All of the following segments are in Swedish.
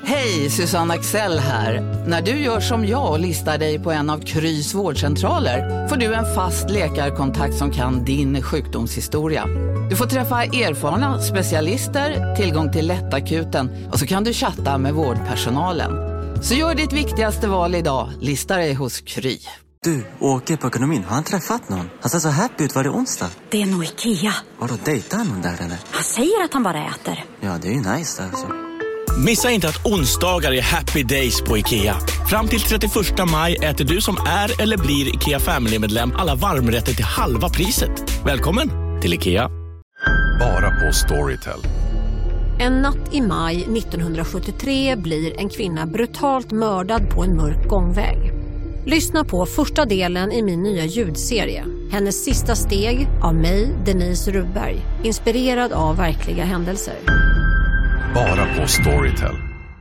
Hej, Susanne Axel här. När du gör som jag och listar dig på en av Krys vårdcentraler får du en fast läkarkontakt som kan din sjukdomshistoria. Du får träffa erfarna specialister, tillgång till lättakuten och så kan du chatta med vårdpersonalen. Så gör ditt viktigaste val idag, listar dig hos Kry. Du, åker på ekonomin. Har han träffat någon? Han ser så happy ut. Var det onsdag? Det är nog Ikea. Vadå, dejtar han någon där eller? Han säger att han bara äter. Ja, det är ju nice alltså. Missa inte att onsdagar är happy days på Ikea. Fram till 31 maj äter du som är eller blir Ikea Family-medlem alla varmrätter till halva priset. Välkommen till Ikea. Bara på Storytel. En natt i maj 1973 blir en kvinna brutalt mördad på en mörk gångväg. Lyssna på första delen i min nya ljudserie. Hennes sista steg av mig, Denise Rubberg. Inspirerad av verkliga händelser. Bara på Storytel.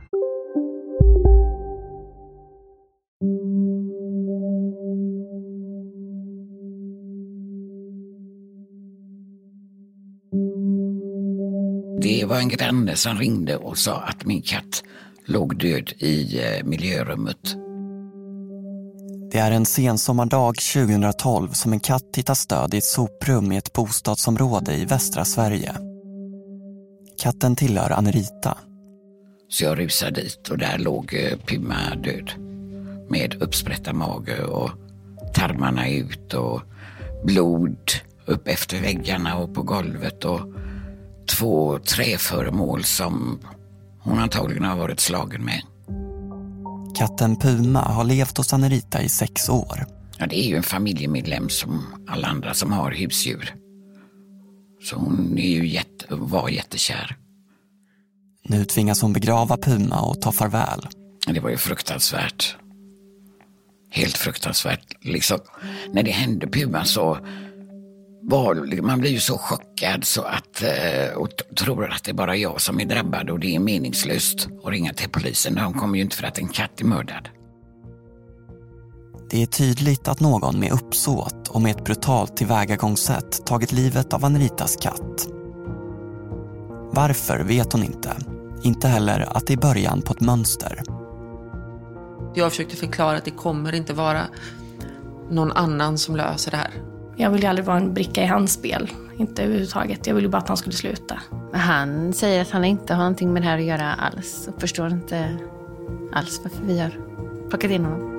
Det var en granne som ringde och sa att min katt låg död i miljörummet. Det är en sensommardag 2012 som en katt hittas död i ett soprum i ett bostadsområde i västra Sverige. Katten tillhör Anrita. Så jag rusade dit och där låg Puma död. Med uppsprätta mage och tarmarna ut och blod upp efter väggarna och på golvet och 2 träföremål som hon antagligen har varit slagen med. Katten Puma har levt hos Anrita i 6 år. Ja, det är ju en familjemedlem som alla andra som har husdjur. Så hon är ju var jättekär. Nu tvingas hon begrava Puma och ta farväl. Det var ju fruktansvärt. Helt fruktansvärt. Liksom, när det hände Puma så man blir ju så chockad så att och tror att det är bara jag som är drabbad och det är meningslöst att ringa till polisen. De kommer ju inte för att en katt är mördad. Det är tydligt att någon med uppsåt och med ett brutalt tillvägagångssätt tagit livet av Anritas katt. Varför vet hon inte. Inte heller att det är början på ett mönster. Jag försökte förklara att det kommer inte vara någon annan som löser det här. Jag ville ju aldrig vara en bricka i hans spel. Inte överhuvudtaget. Jag ville bara att han skulle sluta. Han säger att han inte har någonting med det här att göra alls. Och förstår inte alls varför vi har plockat in honom.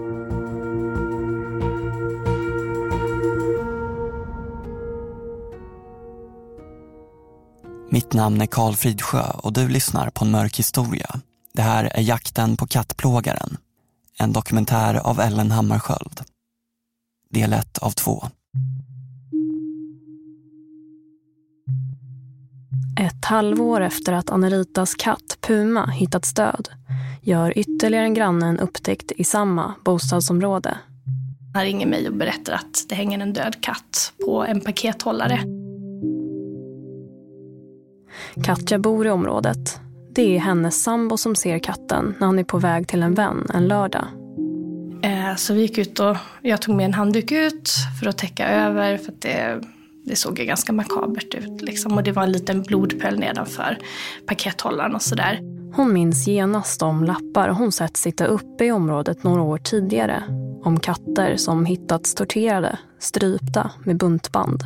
Mitt namn är Karl Fridsjö och du lyssnar på En mörk historia. Det här är Jakten på kattplågaren. En dokumentär av Ellen Hammarskjöld. Del 1 av 2. Ett halvår efter att Anritas katt Puma hittats död gör ytterligare en granne en upptäckt i samma bostadsområde. Han ringer mig och berättar att det hänger en död katt på en pakethållare. Katja bor i området. Det är hennes sambo som ser katten när han är på väg till en vän en lördag. Så vi gick ut och jag tog med en handduk ut för att täcka över för att det såg ju ganska makabert ut liksom. Och det var en liten blodpöl nedanför pakethållaren och sådär. Hon minns genast de lappar hon sett sitta uppe i området några år tidigare. Om katter som hittats torterade, strypta med buntband.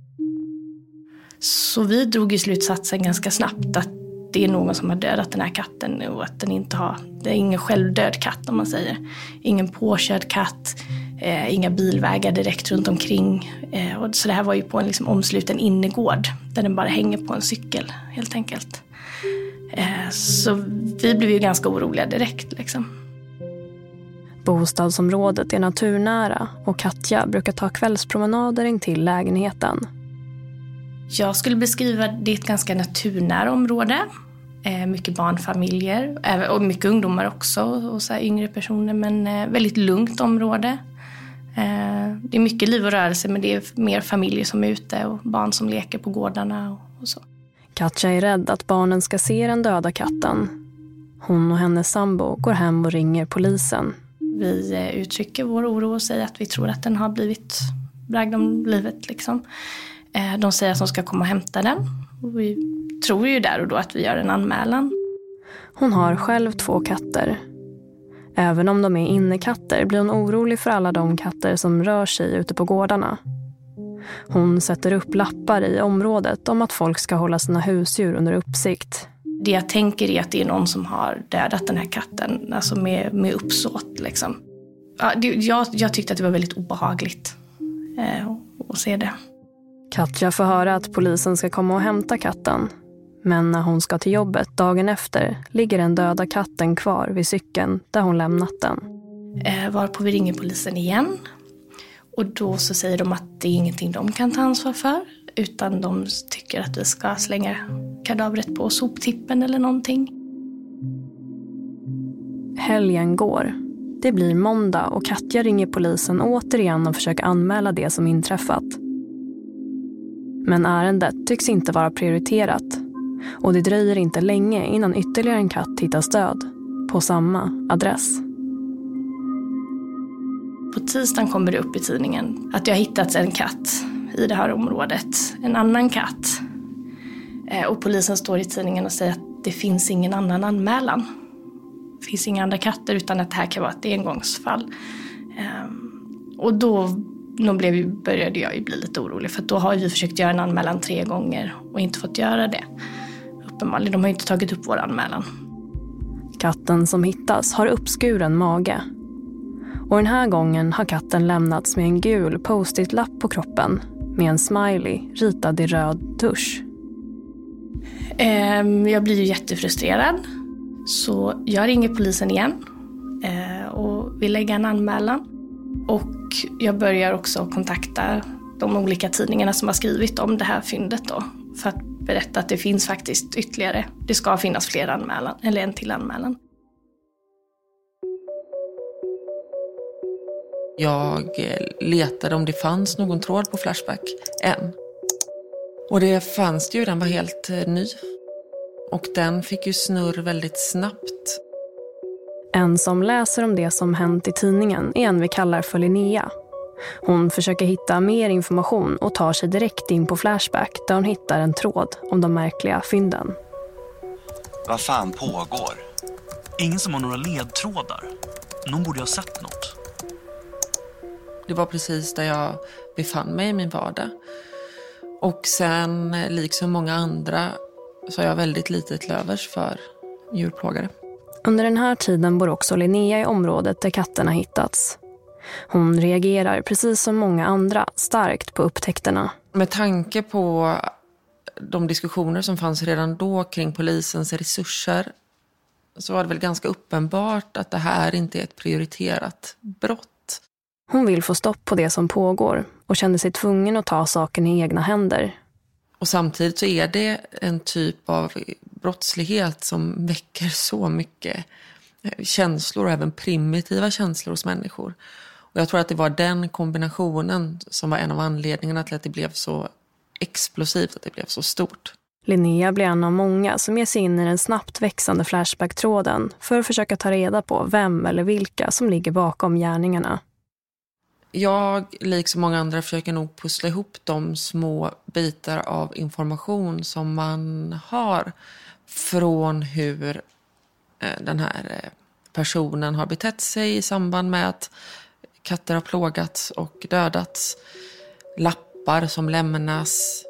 Så vi drog i slutsatsen ganska snabbt att det är någon som har dödat den här katten och att det är ingen självdöd katt om man säger. Ingen påkörd katt, inga bilvägar direkt runt omkring. Och så det här var ju på en liksom omsluten innergård där den bara hänger på en cykel helt enkelt. Så vi blev ju ganska oroliga direkt liksom. Bostadsområdet är naturnära och Katja brukar ta kvällspromenader in till lägenheten. Jag skulle beskriva det är ett ganska naturnära område. Mycket barnfamiljer och mycket ungdomar också och så här yngre personer, men väldigt lugnt område. Det är mycket liv och rörelse, men det är mer familjer som är ute och barn som leker på gårdarna och så. Katja är rädd att barnen ska se den döda katten. Hon och hennes sambo går hem och ringer polisen. Vi uttrycker vår oro och säger att vi tror att den har blivit bragd om livet liksom. De säger att de ska komma och hämta den. Och vi tror ju där och då att vi gör en anmälan. Hon har själv 2 katter. Även om de är innekatter blir hon orolig för alla de katter som rör sig ute på gårdarna. Hon sätter upp lappar i området om att folk ska hålla sina husdjur under uppsikt. Det jag tänker är att det är någon som har dödat den här katten, alltså med uppsåt liksom. Ja, jag tyckte att det var väldigt obehagligt att se det. Katja får höra att polisen ska komma och hämta katten. Men när hon ska till jobbet dagen efter ligger den döda katten kvar vid cykeln där hon lämnat den. Varpå vi ringer polisen igen. Och då så säger de att det är ingenting de kan ta ansvar för. Utan de tycker att vi ska slänga kadavret på soptippen eller någonting. Helgen går. Det blir måndag och Katja ringer polisen återigen och försöker anmäla det som inträffat. Men ärendet tycks inte vara prioriterat. Och det dröjer inte länge innan ytterligare en katt hittas död på samma adress. På tisdagen kommer det upp i tidningen att jag har hittat en katt i det här området. En annan katt. Och polisen står i tidningen och säger att det finns ingen annan anmälan. Det finns inga andra katter utan att det här kan vara ett engångsfall. Och då började jag ju bli lite orolig. För då har vi försökt göra en anmälan 3 gånger och inte fått göra det. Uppenbarligen, de har inte tagit upp vår anmälan. Katten som hittas har uppskuren mage. Och den här gången har katten lämnats med en gul post-it-lapp på kroppen med en smiley ritad i röd tusch. Jag blir ju jättefrustrerad. Så jag ringer polisen igen och vill lägga en anmälan. Och jag börjar också kontakta de olika tidningarna som har skrivit om det här fyndet då. För att berätta att det finns faktiskt ytterligare. Det ska finnas fler anmälan, eller en till anmälan. Jag letade om det fanns någon tråd på Flashback än. Och det fanns det ju, den var helt ny. Och den fick ju snurr väldigt snabbt. En som läser om det som hänt i tidningen är en vi kallar för Linnea. Hon försöker hitta mer information och tar sig direkt in på Flashback där hon hittar en tråd om de märkliga fynden. Vad fan pågår? Ingen som har några ledtrådar. Någon borde ha sett något. Det var precis där jag befann mig i min vardag. Och sen, liksom många andra, så har jag väldigt lite till övers för djurplågare. Under den här tiden bor också Linnea i området där katterna hittats. Hon reagerar precis som många andra starkt på upptäckterna. Med tanke på de diskussioner som fanns redan då kring polisens resurser så var det väl ganska uppenbart att det här inte är ett prioriterat brott. Hon vill få stopp på det som pågår och kände sig tvungen att ta saken i egna händer. Och samtidigt så är det en typ av brottslighet som väcker så mycket känslor och även primitiva känslor hos människor. Och jag tror att det var den kombinationen som var en av anledningarna till att det blev så explosivt, att det blev så stort. Linnea blir en av många som ger sig in i den snabbt växande Flashback-tråden för att försöka ta reda på vem eller vilka som ligger bakom gärningarna. Jag, liksom många andra, försöker nog pussla ihop de små bitar av information som man har från hur den här personen har betett sig i samband med att katter har plågats och dödats. Lappar som lämnas.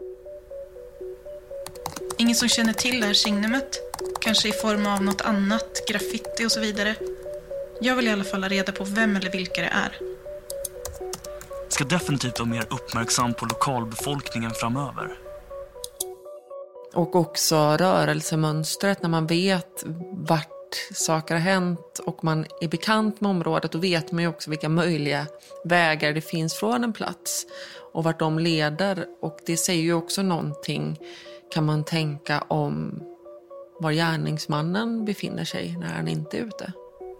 Ingen som känner till det här signumet. Kanske i form av något annat, graffiti och så vidare. Jag vill i alla fall ha reda på vem eller vilka det är. Ska definitivt vara mer uppmärksam på lokalbefolkningen framöver. Och också rörelsemönstret när man vet vart saker har hänt och man är bekant med området, och vet man ju också vilka möjliga vägar det finns från en plats och vart de leder. Och det säger ju också någonting, kan man tänka, om var gärningsmannen befinner sig när han inte är ute.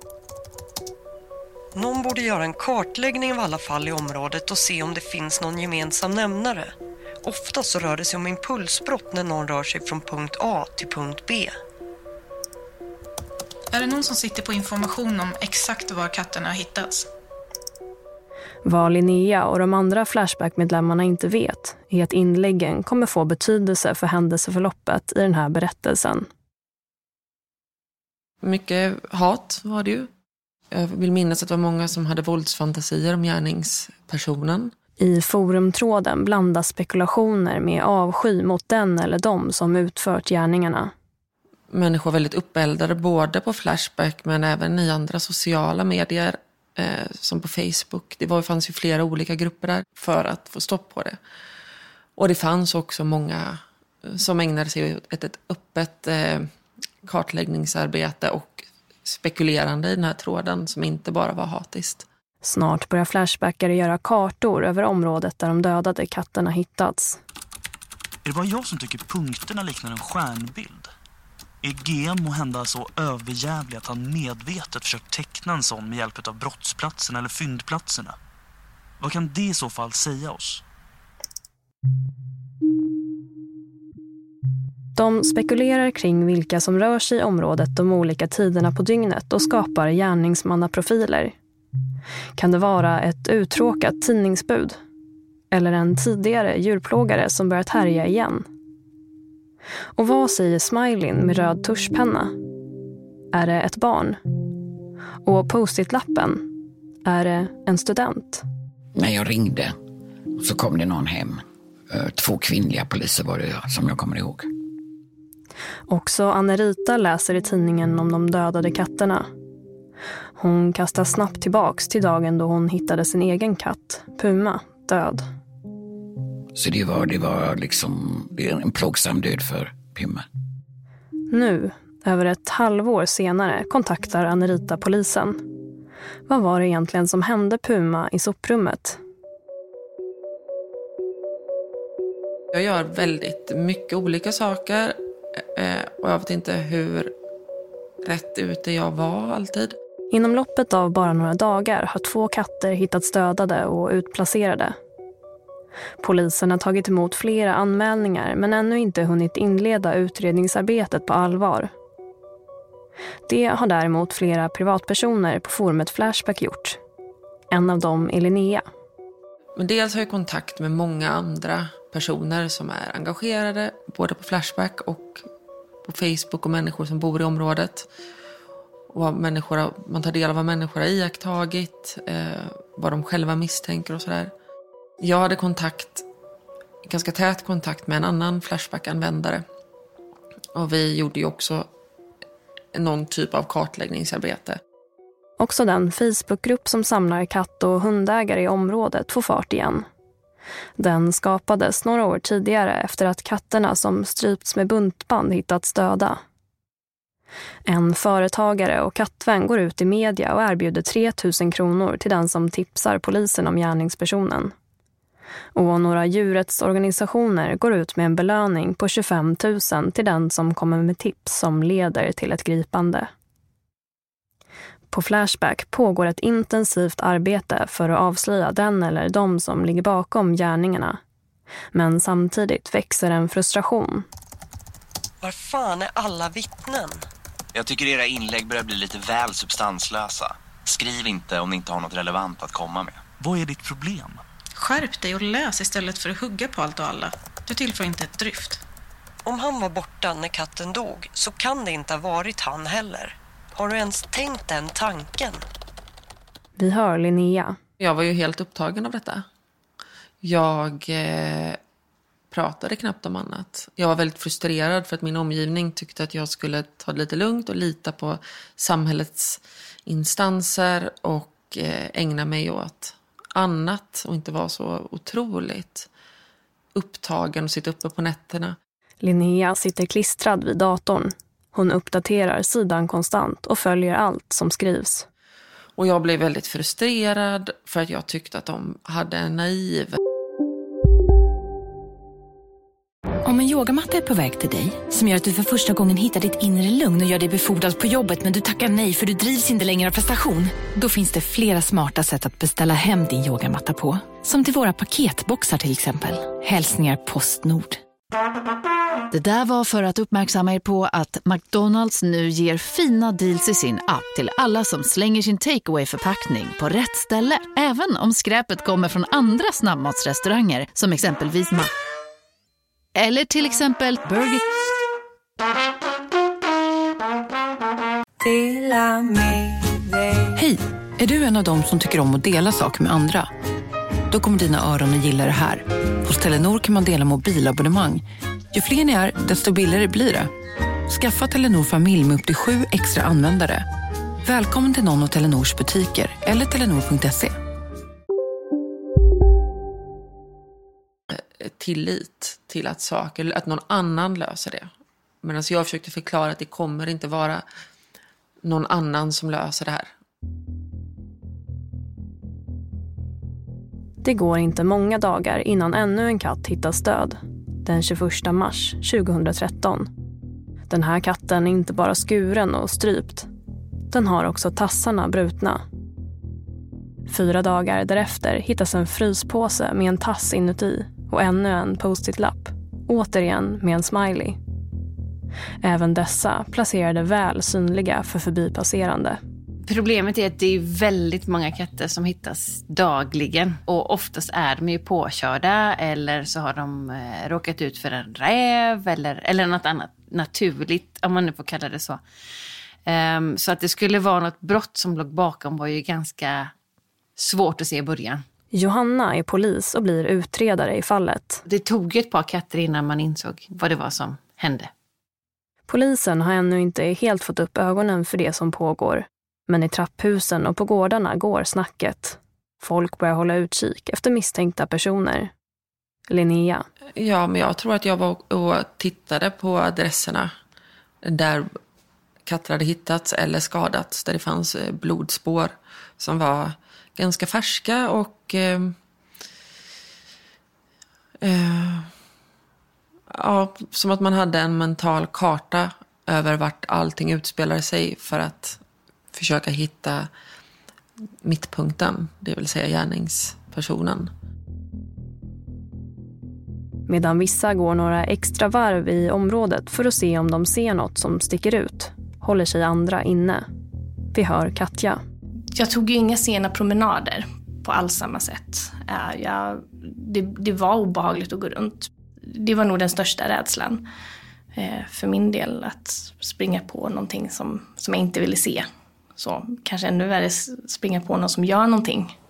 Någon borde göra en kartläggning av alla fall i området och se om det finns någon gemensam nämnare. Ofta så rör det sig om impulsbrott när någon rör sig från punkt A till punkt B. Är det någon som sitter på information om exakt var katterna har hittats? Vad Linnea och de andra Flashback-medlemmarna inte vet är att inläggen kommer få betydelse för händelseförloppet i den här berättelsen. Mycket hat var det ju. Jag vill minnas att det var många som hade våldsfantasier om gärningspersonen. I forumtråden blandas spekulationer med avsky mot den eller de som utfört gärningarna. Människor väldigt uppeldade både på Flashback men även i andra sociala medier som på Facebook. Fanns ju flera olika grupper där för att få stopp på det. Och det fanns också många som ägnade sig åt ett öppet kartläggningsarbete och spekulerande i den här tråden som inte bara var hatiskt. Snart börjar Flashbackare göra kartor över området där de dödade katterna hittats. Är det bara jag som tycker punkterna liknar en stjärnbild? Är GM och hända så överjävlig att han medvetet försökt teckna en sån med hjälp av brottsplatserna eller fyndplatserna? Vad kan det i så fall säga oss? De spekulerar kring vilka som rör sig i området de olika tiderna på dygnet och skapar gärningsmannaprofiler. Kan det vara ett uttråkat tidningsbud? Eller en tidigare djurplågare som börjat härja igen? Och vad säger Smileyn med röd tuschpenna? Är det ett barn? Och post-it-lappen? Är det en student? När jag ringde så kom det någon hem. 2 kvinnliga poliser var det som jag kommer ihåg. Också Anna-Rita läser i tidningen om de dödade katterna. Hon kastar snabbt tillbaks till dagen då hon hittade sin egen katt, Puma, död. Så det var liksom en plågsam död för Puma. Nu, över ett halvår senare, kontaktar Anna-Rita polisen. Vad var det egentligen som hände Puma i soprummet? Jag gör väldigt mycket olika saker och jag vet inte hur rätt ute jag var alltid. Inom loppet av bara några dagar har 2 katter hittats dödade och utplacerade. Polisen har tagit emot flera anmälningar men ännu inte hunnit inleda utredningsarbetet på allvar. Det har däremot flera privatpersoner på forumet Flashback gjort. En av dem är Linnea. Men dels har jag kontakt med många andra personer som är engagerade både på Flashback och på Facebook och människor som bor i området. Och man tar del av vad människor har iakttagit, vad de själva misstänker och sådär. Jag hade ganska tät kontakt med en annan Flashback-användare. Och vi gjorde ju också någon typ av kartläggningsarbete. Också den Facebookgrupp som samlar katt- och hundägare i området får fart igen. Den skapades några år tidigare efter att katterna som strypts med buntband hittats döda. En företagare och kattvän går ut i media och erbjuder 3 000 kronor till den som tipsar polisen om gärningspersonen. Och några djurrättsorganisationer går ut med en belöning på 25 000 till den som kommer med tips som leder till ett gripande. På Flashback pågår ett intensivt arbete för att avslöja den eller de som ligger bakom gärningarna. Men samtidigt växer en frustration. Var fan är alla vittnen? Jag tycker era inlägg börjar bli lite väl substanslösa. Skriv inte om ni inte har något relevant att komma med. Vad är ditt problem? Skärp dig och läs istället för att hugga på allt och alla. Du tillför inte ett dryft. Om han var borta när katten dog så kan det inte ha varit han heller. Har du ens tänkt den tanken? Vi hör Linnea. Jag var ju helt upptagen av detta. Jag pratade knappt om annat. Jag var väldigt frustrerad för att min omgivning tyckte att jag skulle ta det lite lugnt och lita på samhällets instanser och ägna mig åt annat och inte vara så otroligt upptagen och sitta uppe på nätterna. Linnea sitter klistrad vid datorn. Hon uppdaterar sidan konstant och följer allt som skrivs. Och jag blev väldigt frustrerad för att jag tyckte att de hade en naiv. Om en yogamatta är på väg till dig, som gör att du för första gången hittar ditt inre lugn och gör dig befordrad på jobbet men du tackar nej för du drivs inte längre av prestation. Då finns det flera smarta sätt att beställa hem din yogamatta på. Som till våra paketboxar till exempel. Hälsningar Postnord. Det där var för att uppmärksamma er på att McDonald's nu ger fina deals i sin app till alla som slänger sin takeaway-förpackning på rätt ställe. Även om skräpet kommer från andra snabbmatsrestauranger som exempelvis eller till exempel Burger. Hej, är du en av dem som tycker om att dela saker med andra? Då kommer dina öron att gilla det här. Hos Telenor kan man dela mobilabonnemang. Ju fler ni är, desto billigare blir det. Skaffa Telenor familj med upp till 7 extra användare. Välkommen till någon av Telenors butiker eller telenor.se. Tillit till att någon annan löser det. Medan jag försökte förklara att det kommer inte vara någon annan som löser det här. Det går inte många dagar innan ännu en katt hittas död. Den 21 mars 2013. Den här katten är inte bara skuren och strypt. Den har också tassarna brutna. 4 dagar därefter hittas en fryspåse med en tass inuti och ännu en post-it-lapp. Återigen med en smiley. Även dessa placerade väl synliga för förbipasserande. Problemet är att det är väldigt många katter som hittas dagligen. Och oftast är de ju påkörda eller så har de råkat ut för en räv eller något annat naturligt, om man nu får kalla det så. Så att det skulle vara något brott som låg bakom var ju ganska svårt att se i början. Johanna är polis och blir utredare i fallet. Det tog ju ett par katter innan man insåg vad det var som hände. Polisen har ännu inte helt fått upp ögonen för det som pågår. Men i trapphusen och på gårdarna går snacket. Folk börjar hålla utkik efter misstänkta personer. Linnea. Ja, men jag tror att jag var och tittade på adresserna där katter hade hittats eller skadats. Där det fanns blodspår som var ganska färska och ja, som att man hade en mental karta över vart allting utspelar sig för att försöka hitta mittpunkten, det vill säga gärningspersonen. Medan vissa går några extra varv i området för att se om de ser något som sticker ut, håller sig andra inne. Vi hör Katja. Jag tog ju inga sena promenader på alls samma sätt. Det var obehagligt att gå runt. Det var nog den största rädslan för min del, att springa på någonting som jag inte ville se. Så kanske ännu värre springa på någon som gör någonting.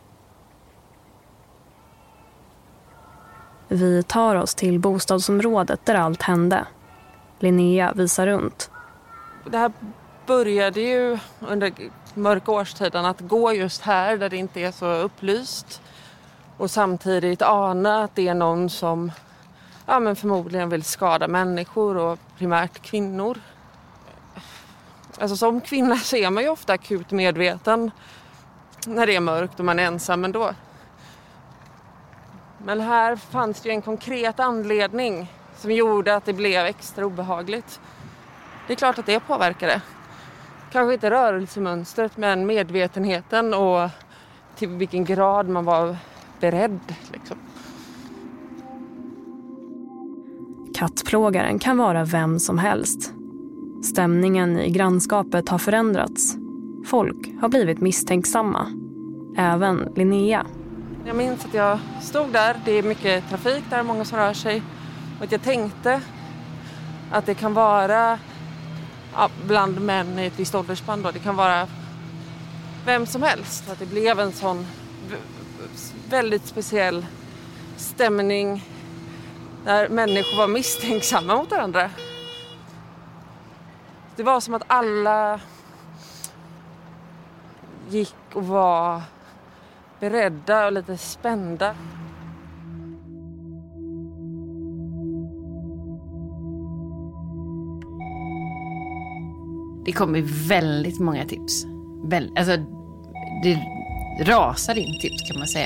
Vi tar oss till bostadsområdet där allt hände. Linnea visar runt. Det här började ju under mörka årstiden att gå just här där det inte är så upplyst. Och samtidigt ana att det är någon som men förmodligen vill skada människor och primärt kvinnor. Alltså som kvinna så är man ju ofta akut medveten när det är mörkt och man är ensam ändå. Men här fanns det ju en konkret anledning som gjorde att det blev extra obehagligt. Det är klart att det påverkade. Kanske inte rörelsemönstret men medvetenheten och till vilken grad man var beredd liksom. Kattplågaren kan vara vem som helst. Stämningen i grannskapet har förändrats. Folk har blivit misstänksamma. Även Linnea. Jag minns att jag stod där. Det är mycket trafik där, många som rör sig. Och att jag tänkte att det kan vara bland män i ett visst åldersspann då. Det kan vara vem som helst. Att det blev en sån väldigt speciell stämning där människor var misstänksamma mot varandra. Det var som att alla gick och var beredda och lite spända. Det kommer väldigt många tips. Alltså, det rasar in tips kan man säga.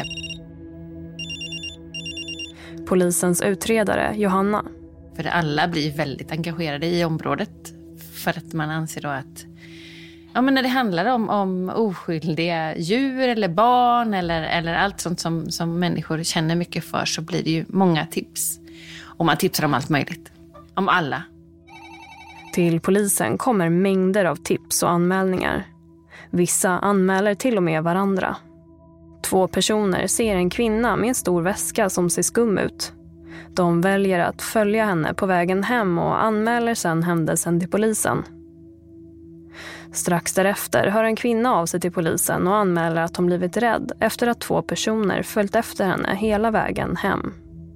Polisens utredare, Johanna. För alla blir väldigt engagerade i området. För att man anser då att men när det handlar om oskyldiga djur eller barn eller allt sånt som människor känner mycket för, så blir det ju många tips. Och man tipsar om allt möjligt. Om alla. Till polisen kommer mängder av tips och anmälningar. Vissa anmäler till och med varandra. 2 personer ser en kvinna med en stor väska som ser skum ut. De väljer att följa henne på vägen hem och anmäler sedan händelsen till polisen. Strax därefter hör en kvinna av sig till polisen och anmäler att hon blivit rädd efter att 2 personer följt efter henne hela vägen hem.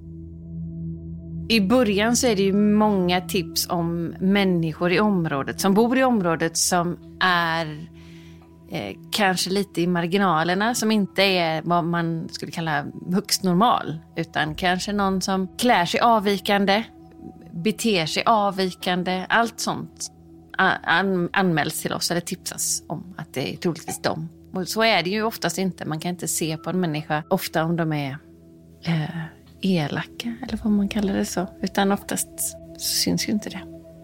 I början så är det ju många tips om människor i området som bor i området som är kanske lite i marginalerna, som inte är vad man skulle kalla högst normal, utan kanske någon som klär sig avvikande, beter sig avvikande, allt sånt anmäls till oss eller tipsas om att det är troligtvis dem. Och så är det ju oftast inte. Man kan inte se på en människa ofta om de är elaka eller vad man kallar det så, utan oftast så syns ju inte det.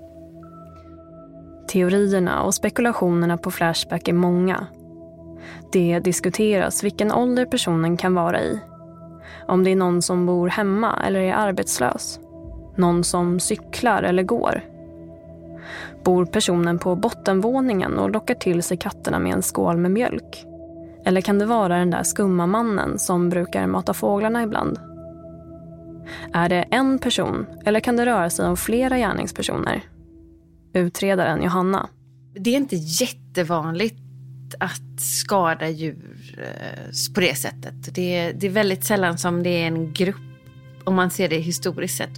Teorierna och spekulationerna på Flashback är många. Det diskuteras vilken ålder personen kan vara i. Om det är någon som bor hemma eller är arbetslös. Någon som cyklar eller går. Bor personen på bottenvåningen och lockar till sig katterna med en skål med mjölk? Eller kan det vara den där skumma mannen som brukar mata fåglarna ibland? Är det en person eller kan det röra sig om flera gärningspersoner? Utredaren Johanna. Det är inte jättevanligt att skada djur på det sättet. Det är väldigt sällan som det är en grupp, om man ser det historiskt sett.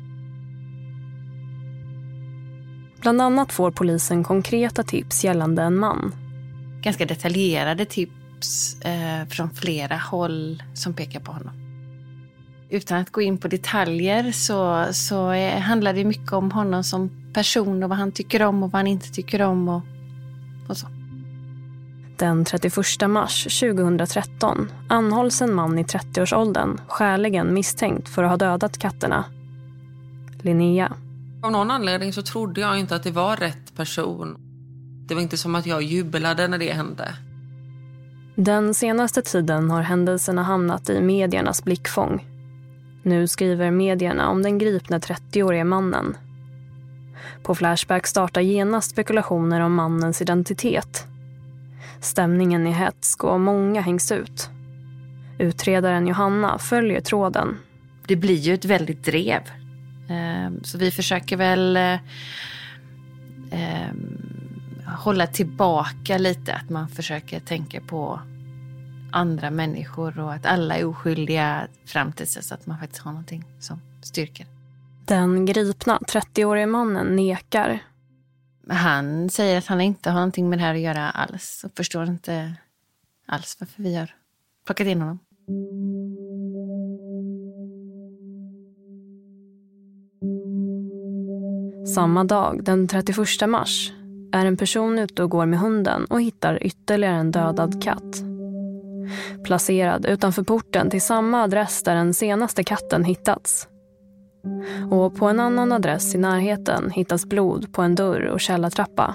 Bland annat får polisen konkreta tips gällande en man. Ganska detaljerade tips från flera håll som pekar på honom. Utan att gå in på detaljer så handlar det mycket om honom som person och vad han tycker om och vad han inte tycker om och så. Den 31 mars 2013 anhålls en man i 30-årsåldern skäligen misstänkt för att ha dödat katterna. Linnea. Av någon anledning så trodde jag inte att det var rätt person. Det var inte som att jag jublade när det hände. Den senaste tiden har händelserna hamnat i mediernas blickfång. Nu skriver medierna om den gripna 30-åriga mannen. På Flashback startar genast spekulationer om mannens identitet. Stämningen är hätsk och många hängs ut. Utredaren Johanna följer tråden. Det blir ju ett väldigt drev. Så vi försöker väl hålla tillbaka lite. Att man försöker tänka på andra människor och att alla är oskyldiga fram till så att man faktiskt har någonting som styrker. Den gripna 30-åriga mannen nekar. Han säger att han inte har någonting med det här att göra alls och förstår inte alls varför vi har plockat in honom. Samma dag, den 31 mars, är en person ute och går med hunden och hittar ytterligare en dödad katt. Placerad utanför porten till samma adress där den senaste katten hittats. Och på en annan adress i närheten hittas blod på en dörr och källartrappa.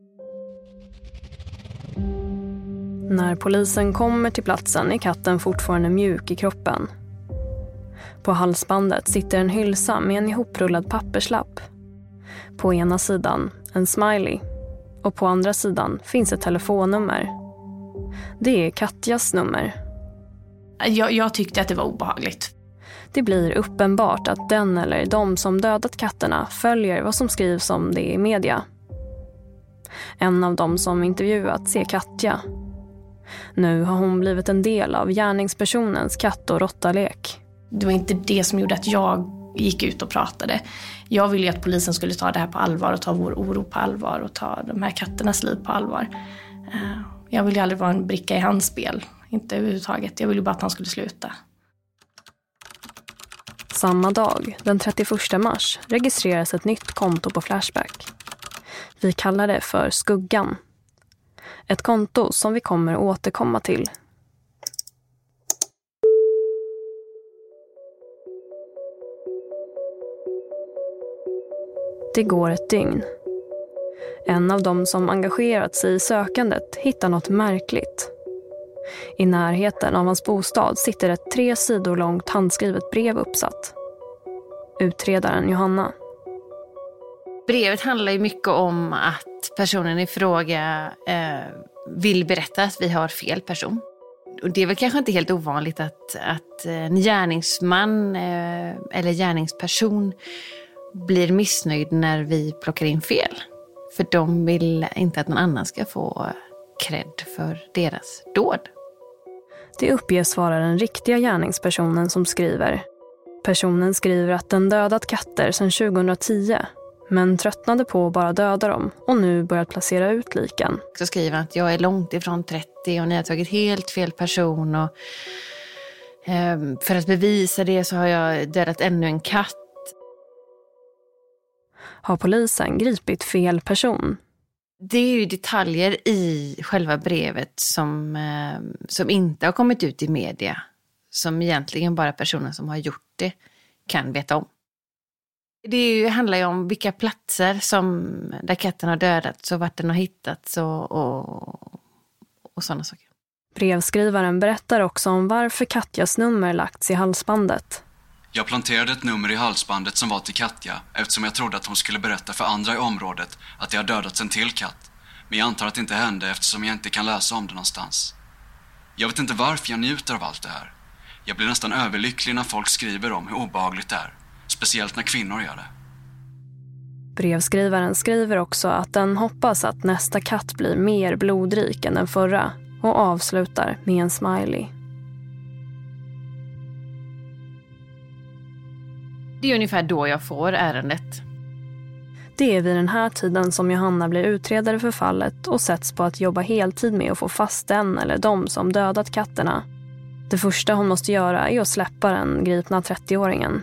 När polisen kommer till platsen är katten fortfarande mjuk i kroppen. På halsbandet sitter en hylsa med en ihoprullad papperslapp. På ena sidan en smiley och på andra sidan finns ett telefonnummer. Det är Katjas nummer. Jag tyckte att det var obehagligt. Det blir uppenbart att den eller de som dödat katterna följer vad som skrivs om det i media. En av dem som intervjuats är Katja. Nu har hon blivit en del av gärningspersonens katt- och råttalek. Det var inte det som gjorde att jag gick ut och pratade. Jag ville ju att polisen skulle ta det här på allvar och ta vår oro på allvar och ta de här katternas liv på allvar. Jag ville ju aldrig vara en bricka i hans spel. Inte överhuvudtaget. Jag ville bara att han skulle sluta. Samma dag, den 31 mars, registreras ett nytt konto på Flashback. Vi kallar det för Skuggan. Ett konto som vi kommer återkomma till. Det går ett dygn. En av dem som engagerat sig i sökandet hittar något märkligt. I närheten av hans bostad sitter ett 3 sidor långt handskrivet brev uppsatt. Utredaren Johanna. Brevet handlar ju mycket om att personen i fråga vill berätta att vi har fel person. Och det är väl kanske inte helt ovanligt att en gärningsman eller gärningsperson blir missnöjd när vi plockar in fel. För de vill inte att någon annan ska få cred för deras dåd. Det uppges vara den riktiga gärningspersonen som skriver. Personen skriver att den dödat katter sedan 2010, men tröttnade på att bara döda dem och nu börjat placera ut liken. Så skriver han att jag är långt ifrån 30 och ni har tagit helt fel person. Och, för att bevisa det så har jag dödat ännu en katt. Har polisen gripit fel person? Det är ju detaljer i själva brevet som inte har kommit ut i media. Som egentligen bara personen som har gjort det kan veta om. Det handlar ju om vilka platser där katten har dödats och vart den har hittats och sådana saker. Brevskrivaren berättar också om varför Katjas nummer lagts i halsbandet. Jag planterade ett nummer i halsbandet som var till Katja eftersom jag trodde att hon skulle berätta för andra i området att det har dödats en till katt. Men jag antar att det inte hände eftersom jag inte kan läsa om det någonstans. Jag vet inte varför jag njuter av allt det här. Jag blir nästan överlycklig när folk skriver om hur obehagligt det är. Speciellt när kvinnor gör det. Brevskrivaren skriver också att den hoppas att nästa katt blir mer blodrik än den förra och avslutar med en smiley. Det är ungefär då jag får ärendet. Det är vid den här tiden som Johanna blir utredare för fallet och sätts på att jobba heltid med att få fast den eller de som dödat katterna. Det första hon måste göra är att släppa den gripna 30-åringen.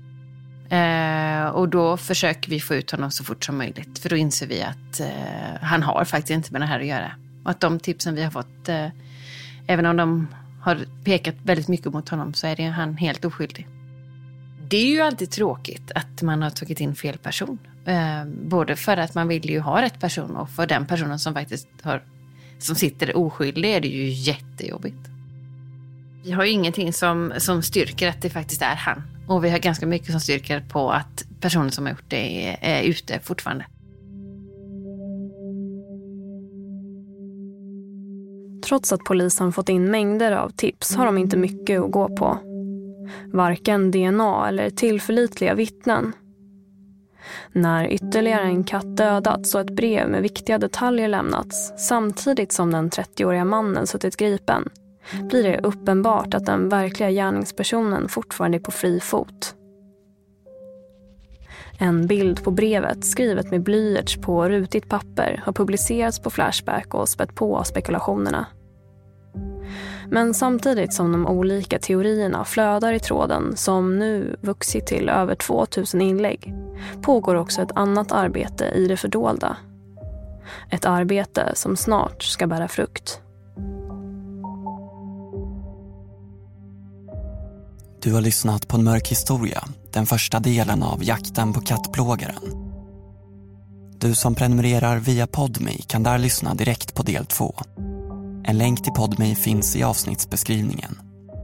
Och då försöker vi få ut honom så fort som möjligt. För då inser vi att han har faktiskt inte med det här att göra. Och att de tipsen vi har fått, även om de har pekat väldigt mycket mot honom, så är han helt oskyldig. Det är ju alltid tråkigt att man har tagit in fel person. Både för att man vill ju ha rätt person och för den personen som faktiskt som sitter oskyldig är det ju jättejobbigt. Vi har ju ingenting som styrker att det faktiskt är han. Och vi har ganska mycket som styrker på att personen som har gjort det är ute fortfarande. Trots att polisen fått in mängder av tips har de inte mycket att gå på. Varken DNA eller tillförlitliga vittnen. När ytterligare en katt dödats och ett brev med viktiga detaljer lämnats samtidigt som den 30-åriga mannen suttit gripen, blir det uppenbart att den verkliga gärningspersonen fortfarande är på fri fot. En bild på brevet skrivet med blyerts på rutigt papper har publicerats på Flashback och spett på spekulationerna. Men samtidigt som de olika teorierna flödar i tråden som nu vuxit till över 2000 inlägg pågår också ett annat arbete i det fördolda. Ett arbete som snart ska bära frukt. Du har lyssnat på En mörk historia, den första delen av Jakten på kattplågaren. Du som prenumererar via Podme kan där lyssna direkt på del 2. En länk till Podme finns i avsnittsbeskrivningen.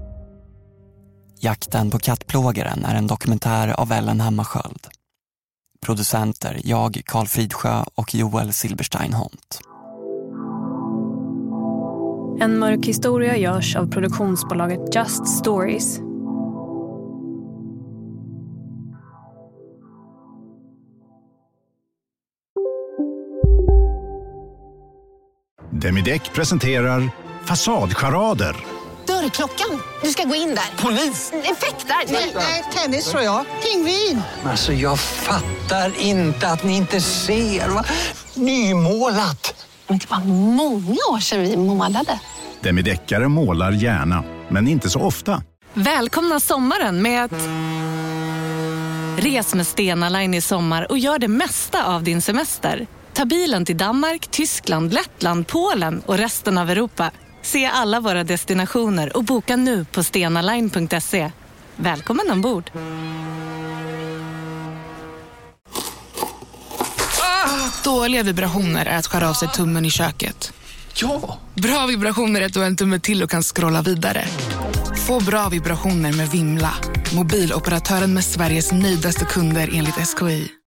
Jakten på kattplågaren är en dokumentär av Ellen Hammarskjöld. Producenter jag, Carl Fridsjö och Joel Silberstein-Hont. En mörk historia görs av produktionsbolaget Just Stories. Demideck presenterar Fasadcharader. Dörrklockan. Du ska gå in där. Polis? Effektar? Nej, tennis tror jag. Pingvin. Alltså jag fattar inte att ni inte ser. Va? Nymålat. Men det var många år sedan vi målade. Demideckare målar gärna, men inte så ofta. Välkomna sommaren med att... Res med Stena Line i sommar och gör det mesta av din semester. Ta bilen till Danmark, Tyskland, Lettland, Polen och resten av Europa. Se alla våra destinationer och boka nu på stenaline.se. Välkommen ombord! Dåliga vibrationer är att skära av sig tummen i köket. Ja! Bra vibrationer är att du har en tumme till och kan scrolla vidare. Få bra vibrationer med Vimla. Mobiloperatören med Sveriges nöjdaste kunder enligt SKI.